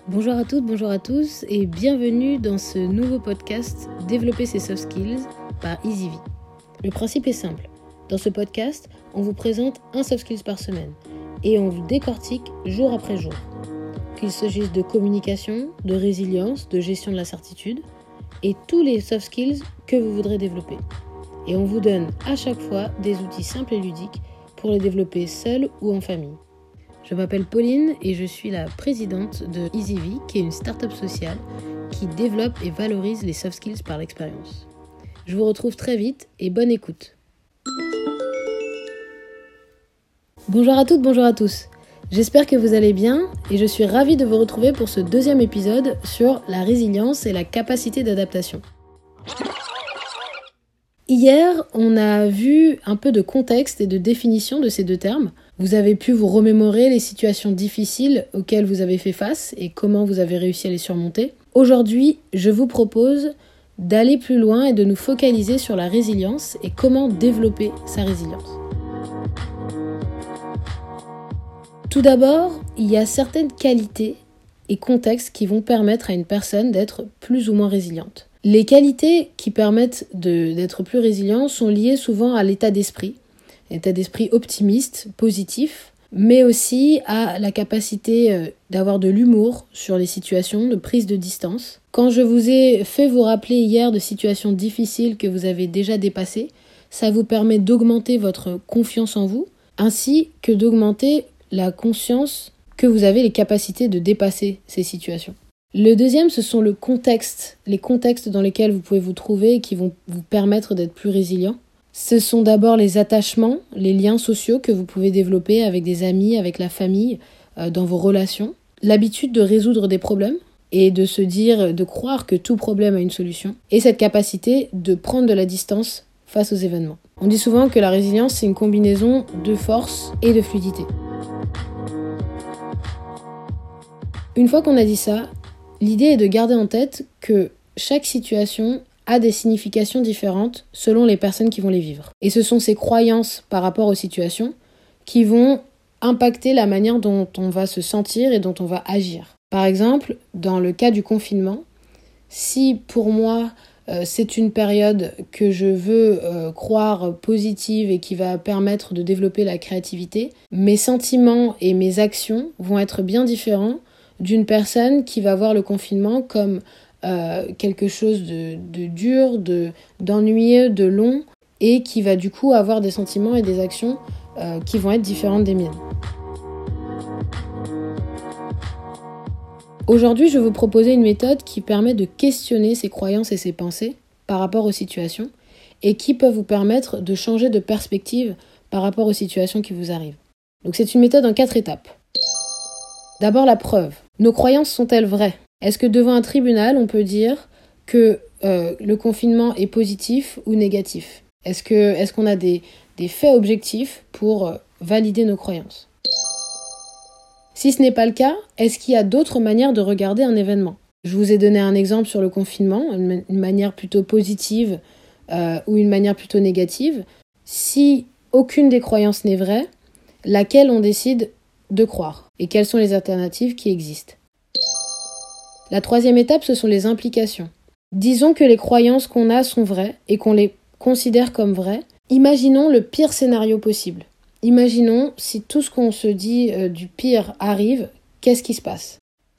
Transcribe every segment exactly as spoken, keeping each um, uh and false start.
Bonjour à toutes, bonjour à tous et bienvenue dans ce nouveau podcast Développer ses soft skills par EasyV. Le principe est simple. Dans ce podcast, on vous présente un soft skills par semaine et on vous décortique jour après jour. Qu'il s'agisse de communication, de résilience, de gestion de l'incertitude et tous les soft skills que vous voudrez développer. Et on vous donne à chaque fois des outils simples et ludiques pour les développer seul ou en famille. Je m'appelle Pauline et je suis la présidente de EasyV, qui est une start-up sociale qui développe et valorise les soft skills par l'expérience. Je vous retrouve très vite et bonne écoute. Bonjour à toutes, bonjour à tous. J'espère que vous allez bien et je suis ravie de vous retrouver pour ce deuxième épisode sur la résilience et la capacité d'adaptation. Hier, on a vu un peu de contexte et de définition de ces deux termes. Vous avez pu vous remémorer les situations difficiles auxquelles vous avez fait face et comment vous avez réussi à les surmonter. Aujourd'hui, je vous propose d'aller plus loin et de nous focaliser sur la résilience et comment développer sa résilience. Tout d'abord, il y a certaines qualités et contextes qui vont permettre à une personne d'être plus ou moins résiliente. Les qualités qui permettent de, d'être plus résilient sont liées souvent à l'état d'esprit, l'état d'esprit optimiste, positif, mais aussi à la capacité d'avoir de l'humour sur les situations, de prise de distance. Quand je vous ai fait vous rappeler hier de situations difficiles que vous avez déjà dépassées, ça vous permet d'augmenter votre confiance en vous, ainsi que d'augmenter la conscience que vous avez les capacités de dépasser ces situations. Le deuxième, ce sont le contexte, les contextes dans lesquels vous pouvez vous trouver et qui vont vous permettre d'être plus résilient. Ce sont d'abord les attachements, les liens sociaux que vous pouvez développer avec des amis, avec la famille, euh, dans vos relations. L'habitude de résoudre des problèmes et de se dire, de croire que tout problème a une solution. Et cette capacité de prendre de la distance face aux événements. On dit souvent que la résilience, c'est une combinaison de force et de fluidité. Une fois qu'on a dit ça, l'idée est de garder en tête que chaque situation a des significations différentes selon les personnes qui vont les vivre. Et ce sont ces croyances par rapport aux situations qui vont impacter la manière dont on va se sentir et dont on va agir. Par exemple, dans le cas du confinement, si pour moi euh, c'est une période que je veux euh, croire positive et qui va permettre de développer la créativité, mes sentiments et mes actions vont être bien différents d'une personne qui va voir le confinement comme euh, quelque chose de, de dur, de, d'ennuyeux, de long, et qui va du coup avoir des sentiments et des actions euh, qui vont être différentes des miennes. Aujourd'hui, je vais vous proposer une méthode qui permet de questionner ses croyances et ses pensées par rapport aux situations et qui peut vous permettre de changer de perspective par rapport aux situations qui vous arrivent. Donc c'est une méthode en quatre étapes. D'abord, la preuve. Nos croyances sont-elles vraies ? Est-ce que devant un tribunal, on peut dire que euh, le confinement est positif ou négatif ? Est-ce que, est-ce qu'on a des, des faits objectifs pour euh, valider nos croyances ? Si ce n'est pas le cas, est-ce qu'il y a d'autres manières de regarder un événement ? Je vous ai donné un exemple sur le confinement, une, une manière plutôt positive euh, ou une manière plutôt négative. Si aucune des croyances n'est vraie, laquelle on décide de croire et quelles sont les alternatives qui existent. La troisième étape, ce sont les implications. Disons que les croyances qu'on a sont vraies et qu'on les considère comme vraies. Imaginons le pire scénario possible. Imaginons si tout ce qu'on se dit euh, du pire arrive, qu'est-ce qui se passe ?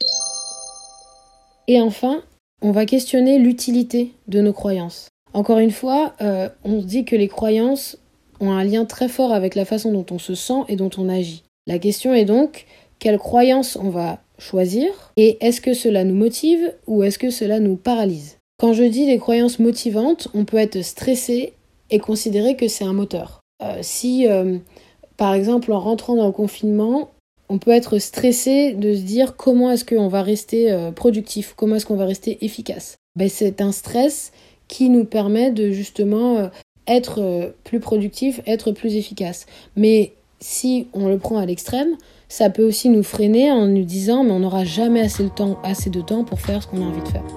Et enfin, on va questionner l'utilité de nos croyances. Encore une fois, euh, on se dit que les croyances ont un lien très fort avec la façon dont on se sent et dont on agit. La question est donc, quelle croyance on va choisir et est-ce que cela nous motive ou est-ce que cela nous paralyse ? Quand je dis des croyances motivantes, on peut être stressé et considérer que c'est un moteur. Euh, si, euh, par exemple, en rentrant dans le confinement, on peut être stressé de se dire comment est-ce qu'on va rester euh, productif, comment est-ce qu'on va rester efficace. Ben, c'est un stress qui nous permet de justement euh, être euh, plus productif, être plus efficace. Mais si on le prend à l'extrême, ça peut aussi nous freiner en nous disant mais on n'aura jamais assez de temps, assez de temps pour faire ce qu'on a envie de faire.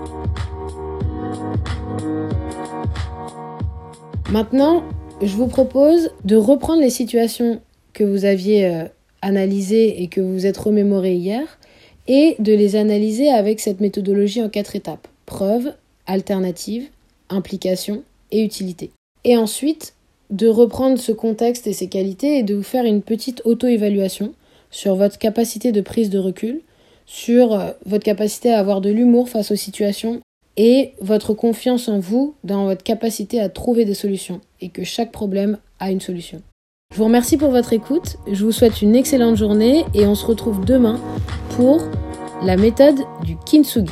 Maintenant, je vous propose de reprendre les situations que vous aviez euh, analysées et que vous vous êtes remémorées hier et de les analyser avec cette méthodologie en quatre étapes. Preuve, alternative, implication et utilité. Et ensuite, de reprendre ce contexte et ses qualités et de vous faire une petite auto-évaluation sur votre capacité de prise de recul, sur votre capacité à avoir de l'humour face aux situations et votre confiance en vous dans votre capacité à trouver des solutions et que chaque problème a une solution. Je vous remercie pour votre écoute, je vous souhaite une excellente journée et on se retrouve demain pour la méthode du kintsugi.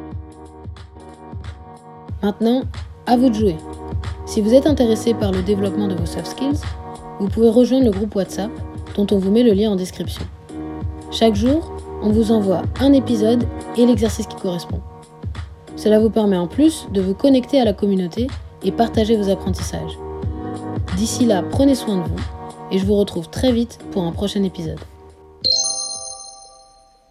Maintenant, à vous de jouer. Si vous êtes intéressé par le développement de vos soft skills, vous pouvez rejoindre le groupe WhatsApp dont on vous met le lien en description. Chaque jour, on vous envoie un épisode et l'exercice qui correspond. Cela vous permet en plus de vous connecter à la communauté et partager vos apprentissages. D'ici là, prenez soin de vous et je vous retrouve très vite pour un prochain épisode.